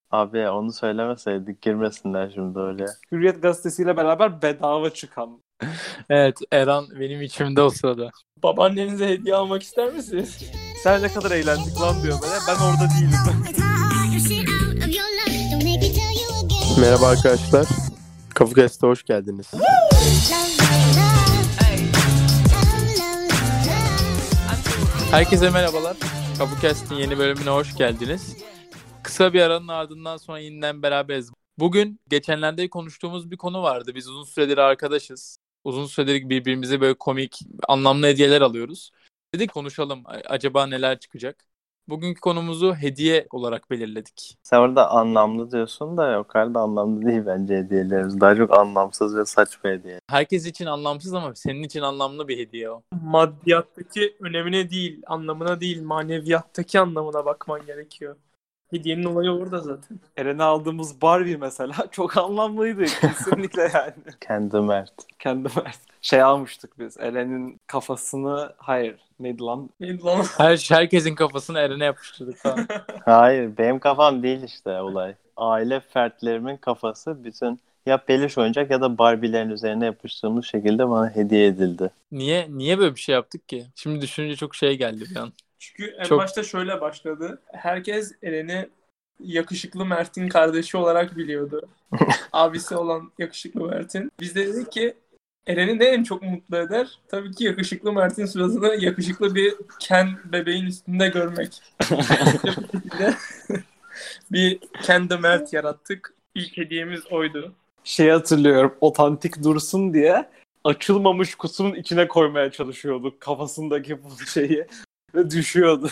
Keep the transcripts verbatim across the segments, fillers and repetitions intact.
Abi onu söylemeseydik girmesinler şimdi oraya. Hürriyet gazetesiyle beraber bedava çıkan. Evet, Eren benim içimde o sırada. Babaannenize hediye almak ister misiniz? Sen ne kadar eğlendik lan diyor böyle. Ben orada değilim. Merhaba arkadaşlar. Kafukast'a hoş geldiniz. Herkese merhabalar. Kafukast'in yeni bölümüne hoş geldiniz. Kısa bir aranın ardından sonra yeniden beraberiz. Bugün geçenlerde konuştuğumuz bir konu vardı. Biz uzun süredir arkadaşız. Uzun süredir birbirimize böyle komik, anlamlı hediyeler alıyoruz. Dedik konuşalım. Acaba neler çıkacak? Bugünkü konumuzu hediye olarak belirledik. Sen orada anlamlı diyorsun da yok da anlamlı değil bence hediyelerimiz. Daha çok anlamsız ve saçma hediye. Herkes için anlamsız ama senin için anlamlı bir hediye o. Maddiyattaki önemine değil, anlamına değil, maneviyattaki anlamına bakman gerekiyor. Hediyenin olayı orada zaten. Eren'e aldığımız Barbie mesela çok anlamlıydı kesinlikle yani. Kendi Mert. Kendi Mert. Şey almıştık biz. Eren'in kafasını hayır neydi lan? Neydi lan? Her, herkesin kafasını Eren'e yapıştırdık falan. Hayır benim kafam değil işte olay. Aile fertlerimin kafası bütün ya peluş oyuncak ya da Barbie'lerin üzerine yapıştırılmış şekilde bana hediye edildi. Niye niye böyle bir şey yaptık ki? Şimdi düşününce çok şey geldi bir an. Çünkü en Çok... başta şöyle başladı. Herkes Eren'i yakışıklı Mert'in kardeşi olarak biliyordu. Abisi olan yakışıklı Mert'in. Biz de dedik ki Eren'i ne en çok mutlu eder? Tabii ki yakışıklı Mert'in suratını yakışıklı bir Ken bebeğin üstünde görmek. Bir Ken de Mert yarattık. İlk hediyemiz oydu. Şey hatırlıyorum, otantik dursun diye açılmamış kutunun içine koymaya çalışıyorduk kafasındaki bu şeyi ve düşüyordu.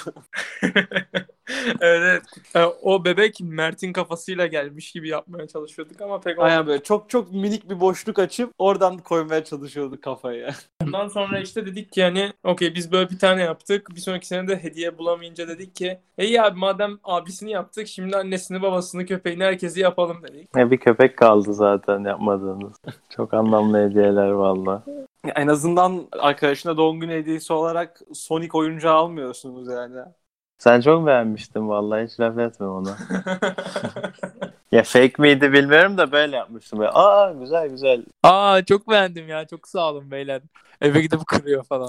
Evet, evet. O bebek Mert'in kafasıyla gelmiş gibi yapmaya çalışıyorduk ama pek olmadı. Aynen böyle çok çok minik bir boşluk açıp oradan koymaya çalışıyorduk kafayı. Ondan sonra işte dedik ki yani okey biz böyle bir tane yaptık. Bir sonraki sene de hediye bulamayınca dedik ki iyi abi madem abisini yaptık şimdi annesini babasını köpeğini herkesi yapalım dedik. Ya bir köpek kaldı zaten yapmadığınız. Çok anlamlı hediyeler valla. En azından arkadaşına doğum günü hediyesi olarak Sonic oyuncağı almıyorsunuz yani. Sen çok beğenmiştin vallahi hiç laf etmem ona. Ya fake miydi bilmiyorum da böyle yapmıştım. Böyle, aa güzel güzel. Aa çok beğendim ya. Çok sağ olun beyler. Eve gidip kırıyor falan.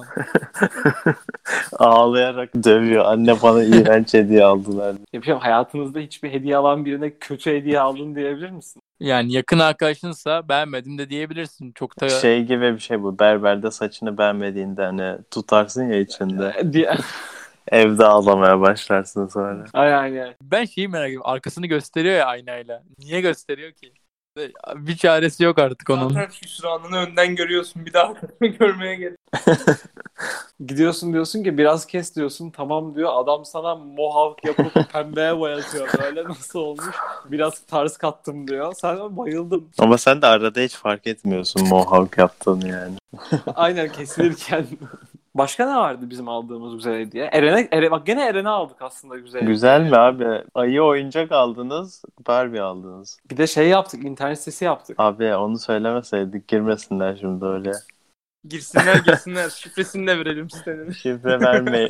Ağlayarak dövüyor. Anne bana iğrenç hediye aldılar. Yapacağım hayatınızda hiçbir hediye alan birine kötü hediye aldın diyebilir misin? Yani yakın arkadaşınsa beğenmedim de diyebilirsin. Çok da... Şey gibi bir şey bu. Berberde saçını beğenmediğinde hani tutarsın ya içinde. diye. Evde ağlamaya başlarsın sonra. Aynen. Ben şeyi merak ediyorum. Arkasını gösteriyor ya aynayla. Niye gösteriyor ki? Bir çaresi yok artık onun. Zaten hüsranını önden görüyorsun. Bir daha görmeye gerek. Gidiyorsun diyorsun ki biraz kes diyorsun. Tamam diyor. Adam sana mohawk yapıp pembeye boyatıyor. Böyle nasıl olmuş? Biraz tarz kattım diyor. Sen bayıldın. Ama sen de arada hiç fark etmiyorsun mohawk yaptığını yani. Aynen kesilirken. Başka ne vardı bizim aldığımız güzel hediye? Eren'e, Eren, bak gene Eren'e aldık aslında güzel hediye. Güzel mi abi? Ayı oyuncak aldınız, Barbie aldınız. Bir de şey yaptık, internet sitesi yaptık. Abi onu söylemeseydik girmesinler şimdi oraya. Girsinler girsinler. Şifresini de verelim sitenin. Şifre vermeyin.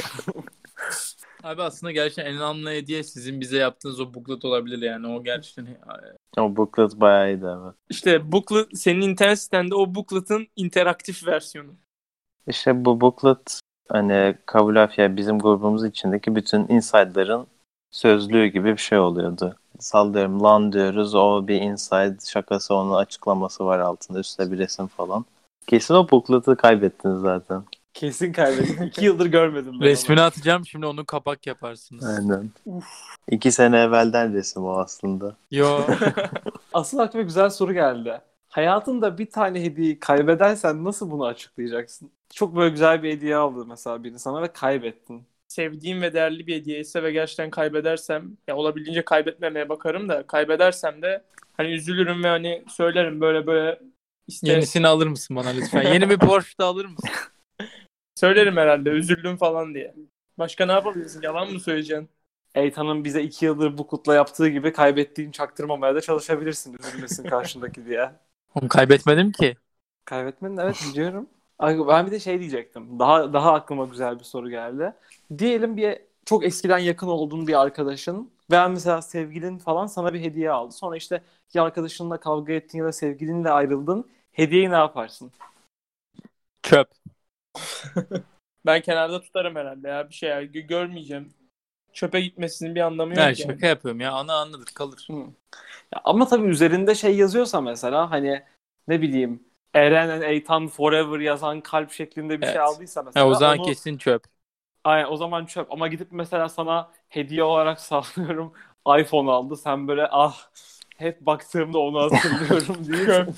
Abi aslında gerçekten en anlamlı hediye sizin bize yaptığınız o booklet olabilir yani. O gerçekten... O booklet bayağı iyiydi evet. İşte booklet, senin internet sitende o booklet'ın interaktif versiyonu. İşte bu booklet hani Kabulafya bizim grubumuz içindeki bütün inside'ların sözlüğü gibi bir şey oluyordu. Sallıyorum lan diyoruz o bir inside şakası onun açıklaması var altında üstte bir resim falan. Kesin o booklet'ı kaybettiniz zaten. Kesin kaybettim. İki yıldır görmedim ben Resmini onu. atacağım şimdi onu kapak yaparsınız. Aynen. Uf. İki sene evvelden resim o aslında. Yo. Asıl aklıma güzel soru geldi. Hayatında bir tane hediyeyi kaybedersen nasıl bunu açıklayacaksın? Çok böyle güzel bir hediye aldı mesela biri sana ve kaybettin. Sevdiğim ve değerli bir hediye ise ve gerçekten kaybedersem ya olabildiğince kaybetmemeye bakarım da kaybedersem de hani üzülürüm ve hani söylerim böyle böyle işte... Yenisini alır mısın bana lütfen? Yeni bir Porsche da alır mısın? Söylerim herhalde üzüldüm falan diye. Başka ne yapabilirsin? Yalan mı söyleyeceksin? Eytan'ın bize iki yıldır bu kutla yaptığı gibi kaybettiğini çaktırmamaya da çalışabilirsin üzülmesin karşındaki diye. Onu kaybetmedim ki. Kaybetmedin evet biliyorum. Ben bir de şey diyecektim. Daha daha aklıma güzel bir soru geldi. Diyelim bir çok eskiden yakın olduğun bir arkadaşın Veya mesela sevgilin falan sana bir hediye aldı. Sonra işte ya arkadaşınla kavga ettin ya da sevgilinle ayrıldın. Hediyeyi ne yaparsın? Çöp. Ben kenarda tutarım herhalde ya. Bir şey ya. Gö- görmeyeceğim. Çöpe gitmesinin bir anlamı yok Ya yani. şaka yapıyorum ya. Ana anıdır kalır. Hı. Ya ama tabii üzerinde şey yazıyorsa mesela hani ne bileyim Eren and Eytan Forever yazan kalp şeklinde bir şey Evet. aldıysa mesela Ha, o zaman onu kesin çöp. aynen, o zaman çöp. Ama gidip mesela sana hediye olarak sallıyorum iPhone aldı. Sen böyle ah hep baktığımda onu hatırlıyorum deyip Çöp.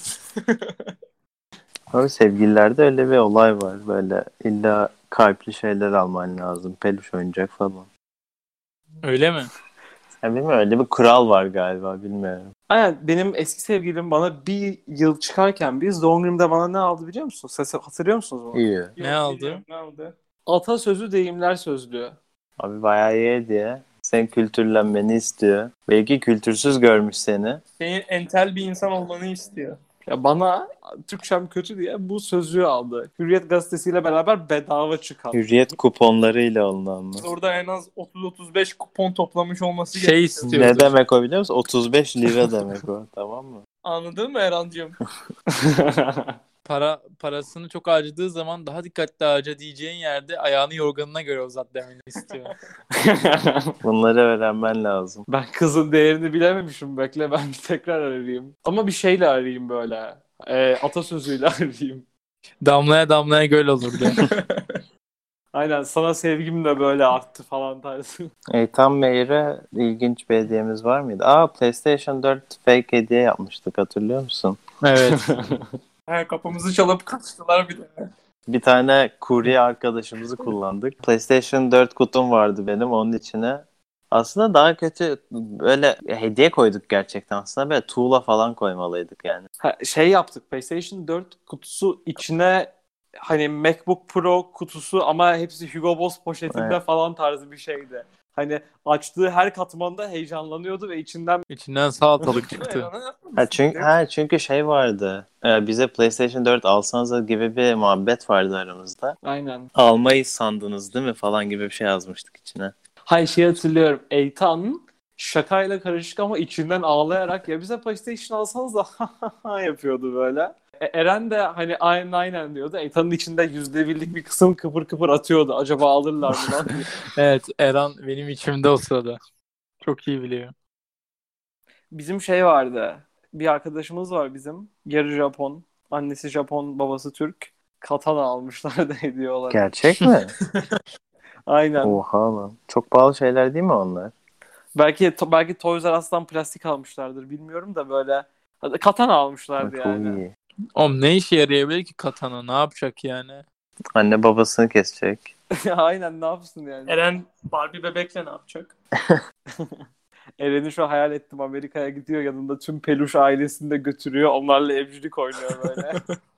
Abi sevgililerde öyle bir olay var. Böyle illa kalpli şeyler alman lazım. Peluş oyuncak falan. Öyle mi? Ya bilmiyorum, öyle bir kural var galiba, bilmiyorum. aynen benim eski sevgilim bana bir yıl çıkarken biz doğum günümde bana ne aldı biliyor musun? Ses hatırlıyor musunuz bunu? İyi. Yok, Ne aldı? bilmiyorum, Ne aldı? Atasözü deyimler sözlüğü. Abi bayağı iyi diye. Sen kültürlenmeni istiyor. Belki kültürsüz görmüş seni. Senin entel bir insan olmanı istiyor. Ya bana Türkçem kötü diye bu sözlüğü aldı. Hürriyet gazetesiyle beraber bedava çıkan. Hürriyet kuponlarıyla alınan mı? Orada en az otuz otuz beş kupon toplamış olması Şey gerekiyor. istiyordur. Ne demek o biliyor musun? otuz beş lira demek o. Tamam mı? Anladın mı Erancığım? Para parasını çok harcadığı zaman daha dikkatli harca diyeceğin yerde ayağını yorganına göre uzat demeni istiyor. Bunları öğrenmen lazım. Ben kızın değerini bilememişim. Bekle ben bir tekrar arayayım. Ama bir şeyle arayayım böyle. Ee, atasözüyle arayayım. Damlaya damlaya göl olurdu. Aynen sana sevgim de böyle arttı falan tarzı. Eytan Meyr'e ilginç bir hediyemiz var mıydı? Aa, PlayStation dört fake hediye yapmıştık, hatırlıyor musun? Evet. He, kapımızı çalıp kaçtılar bir de. Bir tane kurye arkadaşımızı kullandık. PlayStation dört kutum vardı benim, onun içine. Aslında daha kötü böyle hediye koyduk gerçekten. Aslında böyle tuğla falan koymalıydık yani. Ha, şey yaptık. PlayStation dört kutusu içine hani MacBook Pro kutusu ama hepsi Hugo Boss poşetinde Evet. falan tarzı bir şeydi. Hani açtığı her katmanda heyecanlanıyordu ve içinden İçinden salatalık çıktı. Erhan'a yapmamışsın. Ha çünkü, ha çünkü şey vardı. Ee, bize PlayStation dört alsanız gibi bir muhabbet vardı aramızda. aynen. Almayı sandınız değil mi falan gibi bir şey yazmıştık içine. Hayır şey hatırlıyorum. Eytan şakayla karışık ama içinden ağlayarak ya bize PlayStation alsanız da yapıyordu böyle. E, Eren de hani aynen aynen diyordu. Eytan'ın içinde yüzde birlik bir kısım kıpır kıpır atıyordu. Acaba alırlar mı lan diye. Evet, Eren benim içimde o sırada. Çok iyi biliyor. Bizim şey vardı. Bir arkadaşımız var bizim. Yarı Japon. Annesi Japon, babası Türk. Katana almışlardı hediye olarak. Gerçek mi? Aynen. Oha lan. Çok pahalı şeyler değil mi onlar? Belki belki Toys R Us'tan plastik almışlardır bilmiyorum da böyle katana almışlardı Çok yani. iyi. Oğlum ne işe yarayabilir ki katana? Ne yapacak yani? Anne babasını kesecek. Aynen ne yapsın yani. Eren Barbie bebekle ne yapacak? Eren'i şu hayal ettim, Amerika'ya gidiyor, yanında tüm peluş ailesini de götürüyor. Onlarla evcilik oynuyor böyle.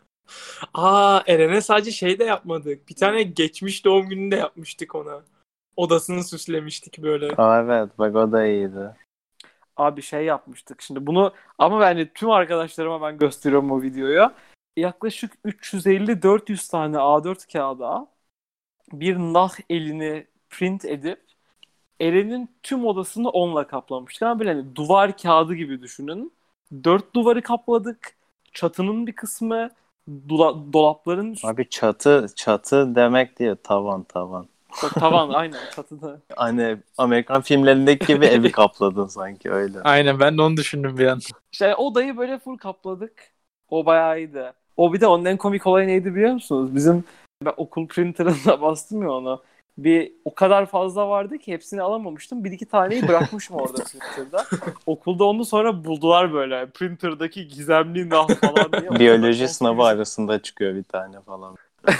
Aa, Eren'e sadece şey de yapmadık. Bir tane geçmiş doğum gününde yapmıştık ona. Odasını süslemiştik böyle. Aa, evet bak, o da iyiydi. Abi şey yapmıştık şimdi bunu ama ben tüm arkadaşlarıma ben gösteriyorum o videoyu. Yaklaşık üç yüz elli dört yüz tane A dört kağıda bir nah elini print edip Eren'in tüm odasını onunla kaplamıştık. Ama böyle hani duvar kağıdı gibi düşünün. Dört duvarı kapladık. Çatının bir kısmı, dola- dolapların üstü. Abi çatı çatı demek diye tavan tavan. Tavan aynen çatıda. Hani Amerikan filmlerindeki gibi evi kapladın sanki, öyle. Aynen, ben de onu düşündüm bir an. İşte odayı böyle full kapladık. O bayağı iyiydi. O bir de onun en komik olayı neydi biliyor musunuz? Bizim ben okul printer'ına bastım ya onu. Bir o kadar fazla vardı ki hepsini alamamıştım. Bir iki taneyi bırakmışım orada printer'da. Okulda onu sonra buldular böyle. Printer'daki gizemli nah falan diye. Biyoloji sınavı arasında çıkıyor bir tane falan.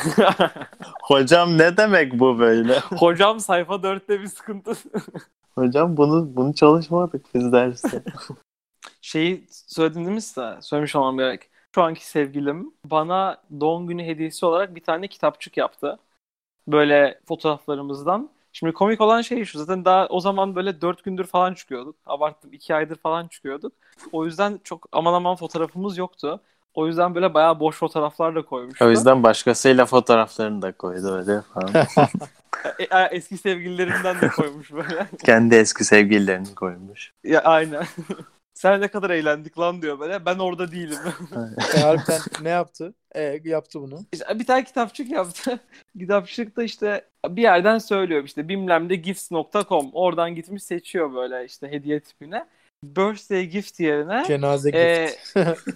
Hocam ne demek bu böyle? Hocam sayfa dörtte bir sıkıntı. Hocam bunu bunu çalışmadık biz derste. Şeyi söylediğimiz de söylemiş olmam gerek. Şu anki sevgilim bana doğum günü hediyesi olarak bir tane kitapçık yaptı. Böyle fotoğraflarımızdan. Şimdi komik olan şey şu, zaten daha o zaman böyle dört gündür falan çıkıyorduk. Abarttım, iki aydır falan çıkıyorduk. O yüzden çok aman aman fotoğrafımız yoktu. O yüzden böyle bayağı boş fotoğraflar da koymuştu. O yüzden başkasıyla fotoğraflarını da koydu öyle falan. E, e, eski sevgililerinden de koymuş böyle. Kendi eski sevgililerini koymuş. Ya aynen. Sen ne kadar eğlendik lan diyor böyle. Ben orada değilim. E, harbiden ne yaptı? E, yaptı bunu. İşte bir tane kitapçık yaptı. Kitapçıkta işte bir yerden söylüyor işte bimlemde gifts nokta com. Oradan gitmiş seçiyor böyle işte hediye tipine. Birthday gift yerine Cenaze e, gift.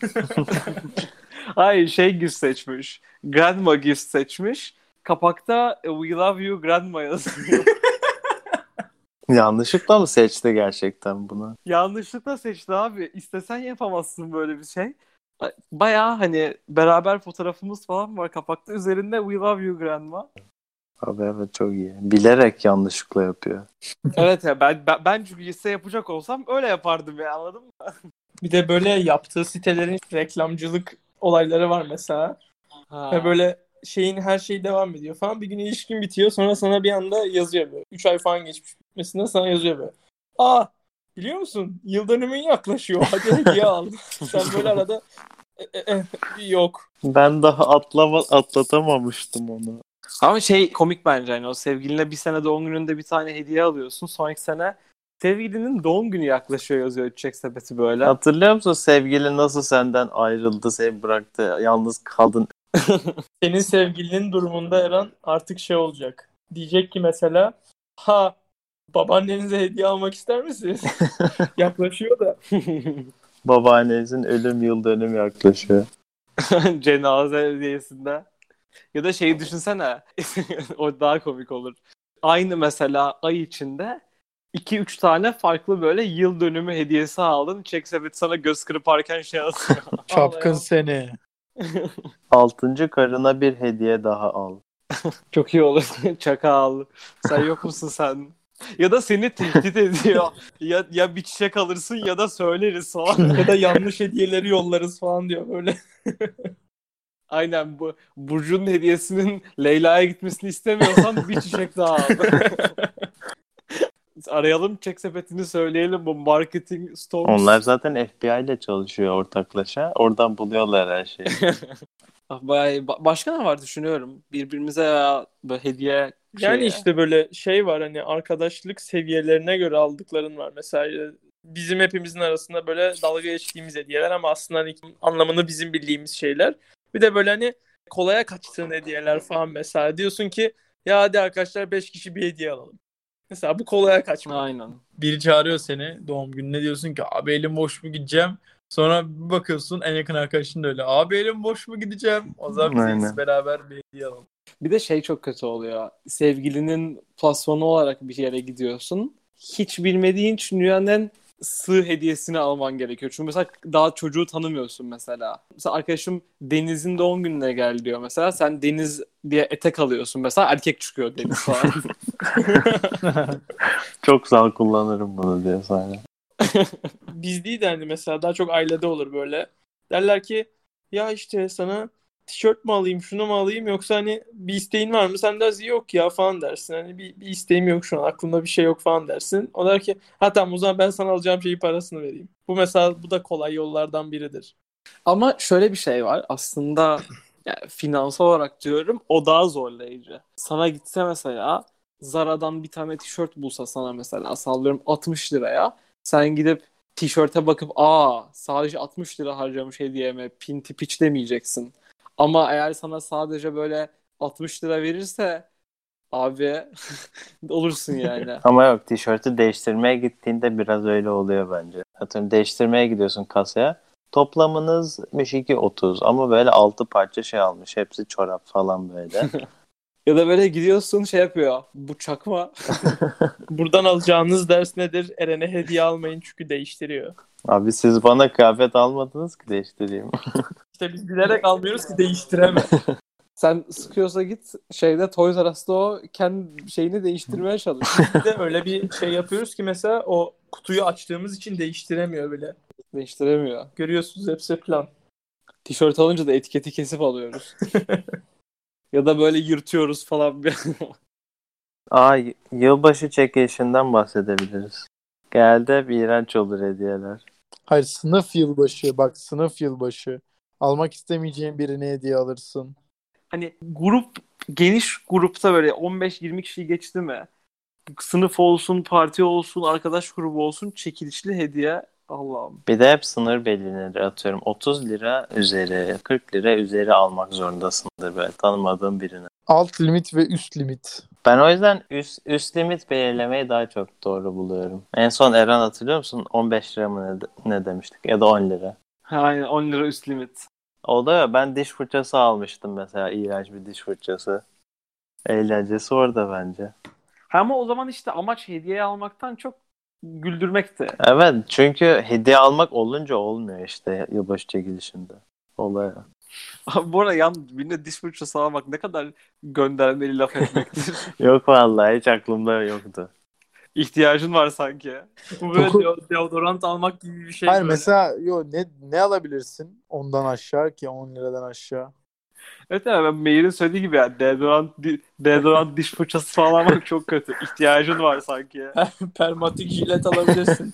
hayır şey gift seçmiş. Grandma gift seçmiş. Kapakta We love you grandma yazıyor. Yanlışlıkla mı seçti gerçekten bunu? Yanlışlıkla seçti abi. İstesen yapamazsın böyle bir şey. Bayağı hani beraber fotoğrafımız falan var kapakta. Üzerinde We love you grandma. Abi evet çok iyi. Bilerek yanlışlıkla yapıyor. Evet ya ben, ben, ben çünkü liste yapacak olsam öyle yapardım ya, anladın mı? Bir de böyle yaptığı sitelerin reklamcılık olayları var mesela. Ha. Ve böyle şeyin her şey devam ediyor falan. Bir gün ilişkin bitiyor. Sonra sana bir anda yazıyor böyle. üç ay falan geçmiş bitmesine sana yazıyor böyle. Aa biliyor musun? Yıl dönümün yaklaşıyor. Hadi hediye al. Sen böyle arada e, e, e, yok. Ben daha atlama, atlatamamıştım onu. Ama şey komik bence hani o sevgiline bir sene doğum gününde bir tane hediye alıyorsun. Sonraki sene sevgilinin doğum günü yaklaşıyor yazıyor Çiçek Sepeti böyle. Hatırlıyor musun sevgili nasıl senden ayrıldı, seni bıraktı, yalnız kaldın. Senin sevgilinin durumunda Eren artık şey olacak. Diyecek ki mesela ha babaannenize hediye almak ister misiniz? Yaklaşıyor da. Babaannenizin ölüm yıl dönümü yaklaşıyor. Cenaze hediyesinde. Ya da şeyi düşünsene. O daha komik olur. Aynı mesela ay içinde iki üç tane farklı böyle yıl dönümü hediyesi aldın. Çiçek Sepeti sana göz kırparken şey atıyor. Çapkın seni. Altıncı karına bir hediye daha al. Çok iyi olur. Çakal. Sen yok musun sen? Ya da seni tehdit ediyor. Ya, ya bir çiçek alırsın ya da söyleriz falan. Ya da yanlış hediyeleri yollarız falan diyor böyle. Aynen bu. Burcu'nun hediyesinin Leyla'ya gitmesini istemiyorsan bir çiçek daha al. Arayalım Çiçek Sepeti'ni söyleyelim bu marketing storms. Onlar zaten F B I ile çalışıyor ortaklaşa. Oradan buluyorlar her şeyi. Bayağı, başka ne var düşünüyorum. Birbirimize ya böyle hediye Yani şeye. işte böyle şey var hani arkadaşlık seviyelerine göre aldıkların var. Mesela bizim hepimizin arasında böyle dalga geçtiğimiz hediyeler ama aslında hani anlamını bizim bildiğimiz şeyler. Bir de böyle hani kolaya kaçtığın hediyeler falan mesela. Diyorsun ki ya hadi arkadaşlar beş kişi bir hediye alalım. Mesela bu kolaya kaçma. Aynen. Biri çağırıyor seni doğum gününe, diyorsun ki abi elim boş mu gideceğim? Sonra bir bakıyorsun en yakın arkadaşın da öyle. Abi elim boş mu gideceğim? O zaman Aynen. biz beraber bir hediye alalım. Bir de şey çok kötü oluyor. Sevgilinin plasmanı olarak bir yere gidiyorsun. Hiç bilmediğin için dünyanın en sığ hediyesini alman gerekiyor. Çünkü mesela daha çocuğu tanımıyorsun mesela. Mesela arkadaşım Deniz'in doğum gününe gel diyor mesela. Sen Deniz diye etek alıyorsun mesela. Erkek çıkıyor Deniz falan. Çok sağ kullanırım bunu diye sonra. Biz değil de hani mesela daha çok ailede olur böyle. Derler ki ya işte sana tişört mü alayım, şunu mu alayım yoksa hani bir isteğin var mı? Sen dersin yok ya falan dersin. Hani bir, bir isteğim yok şu an aklımda bir şey yok falan dersin. O der ki ha tamam o zaman ben sana alacağım şeyi parasını vereyim. Bu mesela bu da kolay yollardan biridir. Ama şöyle bir şey var. Aslında yani finansal olarak diyorum o daha zorlayıcı. Sana gitse mesela Zara'dan bir tane tişört bulsa sana mesela sallıyorum altmış liraya. Sen gidip tişörte bakıp aa sadece altmış lira harcamış hediyeme pinti piç demeyeceksin. Ama eğer sana sadece böyle altmış lira verirse abi olursun yani. Ama yok, tişörtü değiştirmeye gittiğinde biraz öyle oluyor bence. Atıyorum değiştirmeye gidiyorsun kasaya. Toplamınız iki otuz ama böyle altı parça şey almış. Hepsi çorap falan böyle. Ya da böyle gidiyorsun şey yapıyor. Bu çakma. Buradan alacağınız ders nedir? Eren'e hediye almayın çünkü değiştiriyor. Abi siz bana kıyafet almadınız ki değiştireyim. İşte biz bilerek almıyoruz ki değiştireme. Sen sıkıyorsa git şeyde Toys R Us'ta o kendi şeyini değiştirmeye çalış. Bir de öyle bir şey yapıyoruz ki mesela o kutuyu açtığımız için değiştiremiyor bile. Değiştiremiyor. Görüyorsunuz hepsi plan. Tişört alınca da etiketi kesip alıyoruz. Ya da böyle yırtıyoruz falan. Aa, y- yılbaşı çekilişinden bahsedebiliriz. Genelde hep iğrenç olur hediyeler. Hayır, sınıf yılbaşı. Bak, sınıf yılbaşı. Almak istemeyeceğin birine hediye alırsın. Hani grup, geniş grupta böyle on beş yirmi kişiyi geçti mi? Sınıf olsun, parti olsun, arkadaş grubu olsun, çekilişli hediye. Allah'ım. Bir de hep sınır belirlenir. Atıyorum otuz lira üzeri, kırk lira üzeri almak zorundasındır böyle tanımadığın birine. Alt limit ve üst limit. Ben o yüzden üst, üst limit belirlemeyi daha çok doğru buluyorum. En son Eren hatırlıyor musun? on beş lira mı ne, ne demiştik? Ya da on lira. Aynen, on lira üst limit. O da ya, ben diş fırçası almıştım mesela. İğrenç bir diş fırçası. Eğlencesi orada bence. Ama o zaman işte amaç hediye almaktan çok güldürmekti. Evet, çünkü hediye almak olunca olmuyor işte yılbaşı çekilişinde. Olay. Bu arada yan birine diş fırçası almak ne kadar göndermeli laf etmektir. Yok vallahi hiç aklımda yoktu. İhtiyacın var sanki. Bu böyle Doku- deo- deodorant almak gibi bir şey. Hayır böyle. mesela yo ne ne alabilirsin ondan aşağı ki on liradan aşağı. Evet yani ben Meyr'in söylediği gibi yani deodorant, di- deodorant diş fırçası falan almak çok kötü. İhtiyacın var sanki. Permatik jilet alabilirsin.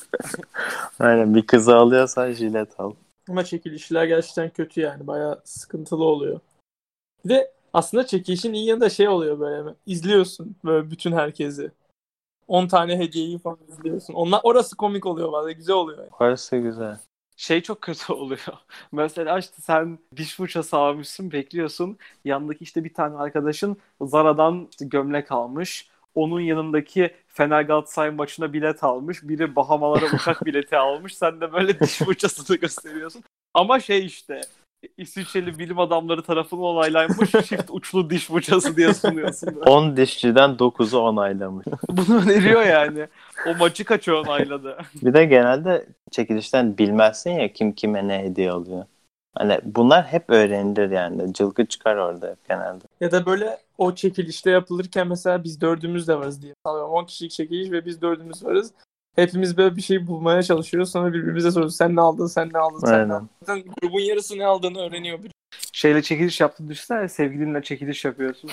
Aynen, bir kızı alıyorsan jilet al. Ama çekilişler gerçekten kötü yani. Bayağı sıkıntılı oluyor. Bir de aslında çekilişin iyi yanı da şey oluyor böyle. İzliyorsun böyle bütün herkesi. on tane hediyeyi falan izliyorsun. Onlar, orası komik oluyor bazen. Güzel oluyor. Yani. Orası güzel. Şey çok kötü oluyor. Mesela işte sen diş fırçası almışsın, bekliyorsun. Yanındaki işte bir tane arkadaşın Zara'dan işte gömlek almış. Onun yanındaki Fener Galatasaray maçına bilet almış. Biri Bahamalara uçak bileti almış. Sen de böyle diş fırçasını gösteriyorsun. Ama şey işte İsviçreli bilim adamları tarafından onaylanmış çift uçlu diş fırçası diye sunuyorsun. Böyle. on dişçiden dokuzu onaylamış. Bunu öneriyor yani. O maçı kaç onayladı? Bir de genelde çekilişten bilmezsin ya kim kime ne hediye alıyor. Hani bunlar hep öğrenilir yani. Cılgı çıkar orada hep genelde. Ya da böyle o çekilişte yapılırken mesela biz dördümüz de varız diye. on kişilik çekiliş ve biz dördümüz varız. Hepimiz böyle bir şey bulmaya çalışıyoruz. Sonra birbirimize soruyoruz. Sen ne aldın, sen ne aldın, sen Aynen. ne aldın. Zaten grubun yarısı ne aldığını öğreniyor. Bir. Şeyle çekiliş yaptın düşünsene, sevgilinle çekiliş yapıyorsun.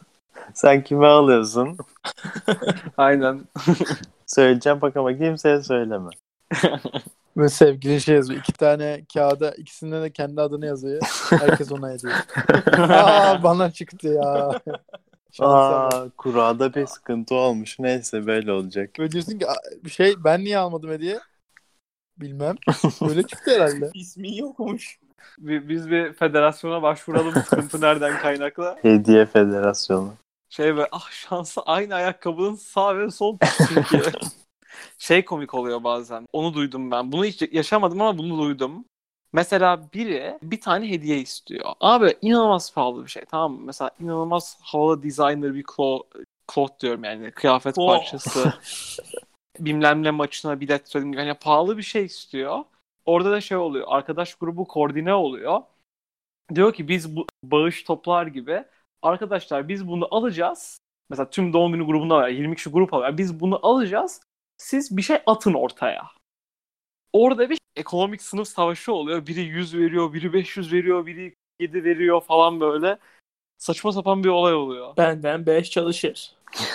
Sen kime alıyorsun? Aynen. Söyleyeceğim bak ama kimseye söyleme. Ve sevgili şey yazıyor. İki tane kağıda ikisinde de kendi adını yazıyor. Herkes ona hediye. Aa bana çıktı ya. Şansa bak. Aa, kurada bir sıkıntı olmuş. Neyse böyle olacak. Böyle diyorsun ki bir şey ben niye almadım hediye? Bilmem. Böyle çıktı herhalde. İsmi yokmuş. Biz bir federasyona başvuralım, sıkıntı nereden kaynaklı. Hediye Federasyonu. Şey böyle ah şansa aynı ayakkabının sağ ve sol çünkü. Şey komik oluyor bazen. Onu duydum ben. Bunu hiç yaşamadım ama bunu duydum. Mesela biri bir tane hediye istiyor. Abi inanılmaz pahalı bir şey, tamam mı? Mesela inanılmaz havalı designer bir cloth, cloth diyorum yani kıyafet Oh. parçası. Bilmem ne maçına bilet söylediğim gibi. Yani pahalı bir şey istiyor. Orada da şey oluyor. Arkadaş grubu koordine oluyor. Diyor ki biz bu bağış toplar gibi. Arkadaşlar biz bunu alacağız. Mesela tüm doğum günü grubunda var. yirmi kişi grup alıyor. Biz bunu alacağız. Siz bir şey atın ortaya. Orada bir ekonomik sınıf savaşı oluyor. Biri yüz veriyor, biri beş yüz veriyor, biri yedi veriyor falan böyle. Saçma sapan bir olay oluyor. Benden beş çalışır.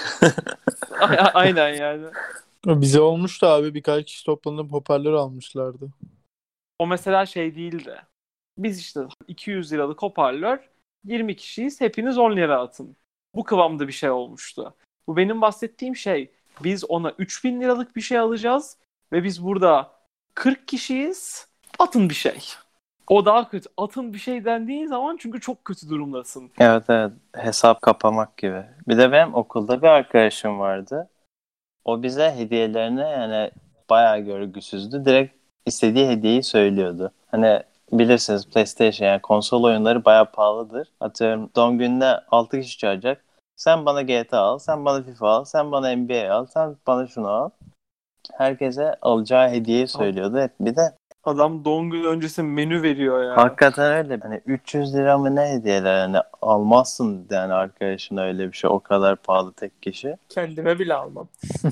A- Aynen yani. Bize olmuştu abi. Birkaç kişi toplanıp hoparlör almışlardı. O mesela şey değildi. Biz işte iki yüz liralık hoparlör, yirmi kişiyiz, hepiniz on lira atın. Bu kıvamda bir şey olmuştu. Bu benim bahsettiğim şey. Biz ona üç bin liralık bir şey alacağız ve biz burada kırk kişiyiz. Atın bir şey. O daha kötü. Atın bir şey dendiği zaman çünkü çok kötü durumdasın. Evet evet. Hesap kapamak gibi. Bir de benim okulda bir arkadaşım vardı. O bize hediyelerini yani bayağı görgüsüzdü. Direkt istediği hediyeyi söylüyordu. Hani bilirsiniz PlayStation yani konsol oyunları bayağı pahalıdır. Atıyorum doğum gününe altı kişi çağıracak. Sen bana G T A al, sen bana FIFA al, sen bana N B A al, sen bana şunu al. Herkese alacağı hediyeyi söylüyordu. Hep bir de Adam doğum günü öncesi menü veriyor ya. hakikaten öyle. Hani üç yüz lira mı ne hediyeler yani almazsın yani arkadaşına öyle bir şey. O kadar pahalı tek kişi. Kendime bile almam.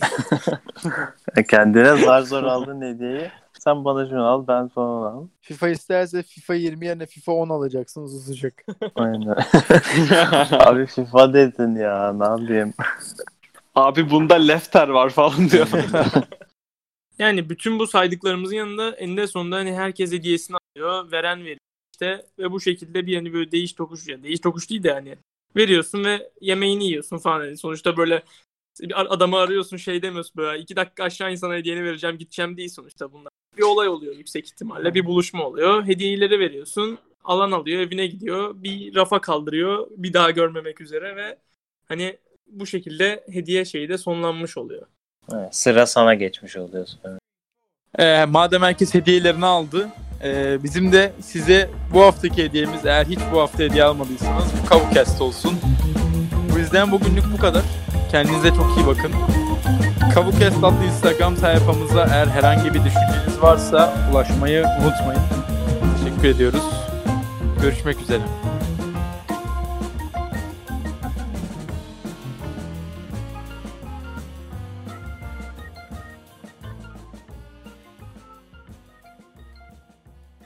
Kendine zar zor aldığın hediyeyi sen bana şunu al ben falan al. FIFA isterse FIFA yirmi yerine FIFA on alacaksınız uzayacak. Aynen. Abi FIFA dedin ya ne yapayım. Abi bunda lefter var falan diyor. Yani bütün bu saydıklarımızın yanında eninde sonunda hani herkes hediyesini alıyor. Veren veriyor. işte ve bu şekilde bir hani böyle değiş tokuş ya değiş tokuş değil de hani veriyorsun ve yemeğini yiyorsun falan. Yani sonuçta böyle bir adamı arıyorsun şey demiyorsun böyle iki dakika aşağı insana hediyeni vereceğim gideceğim değil sonuçta bunlar. Bir olay oluyor yüksek ihtimalle bir buluşma oluyor. Hediyeleri veriyorsun. Alan alıyor evine gidiyor. Bir rafa kaldırıyor bir daha görmemek üzere ve hani bu şekilde hediye şeyi de sonlanmış oluyor. Evet, sıra sana geçmiş oluyor sonra. Ee, madem herkes hediyelerini aldı, e, bizim de size bu haftaki hediyemiz, eğer hiç bu hafta hediye almadıysanız, bu Kavukest olsun. Bu yüzden bugünlük bu kadar. Kendinize çok iyi bakın. Kavukest adlı Instagram sayfamıza eğer herhangi bir düşünceniz varsa ulaşmayı unutmayın. Teşekkür ediyoruz. Görüşmek üzere.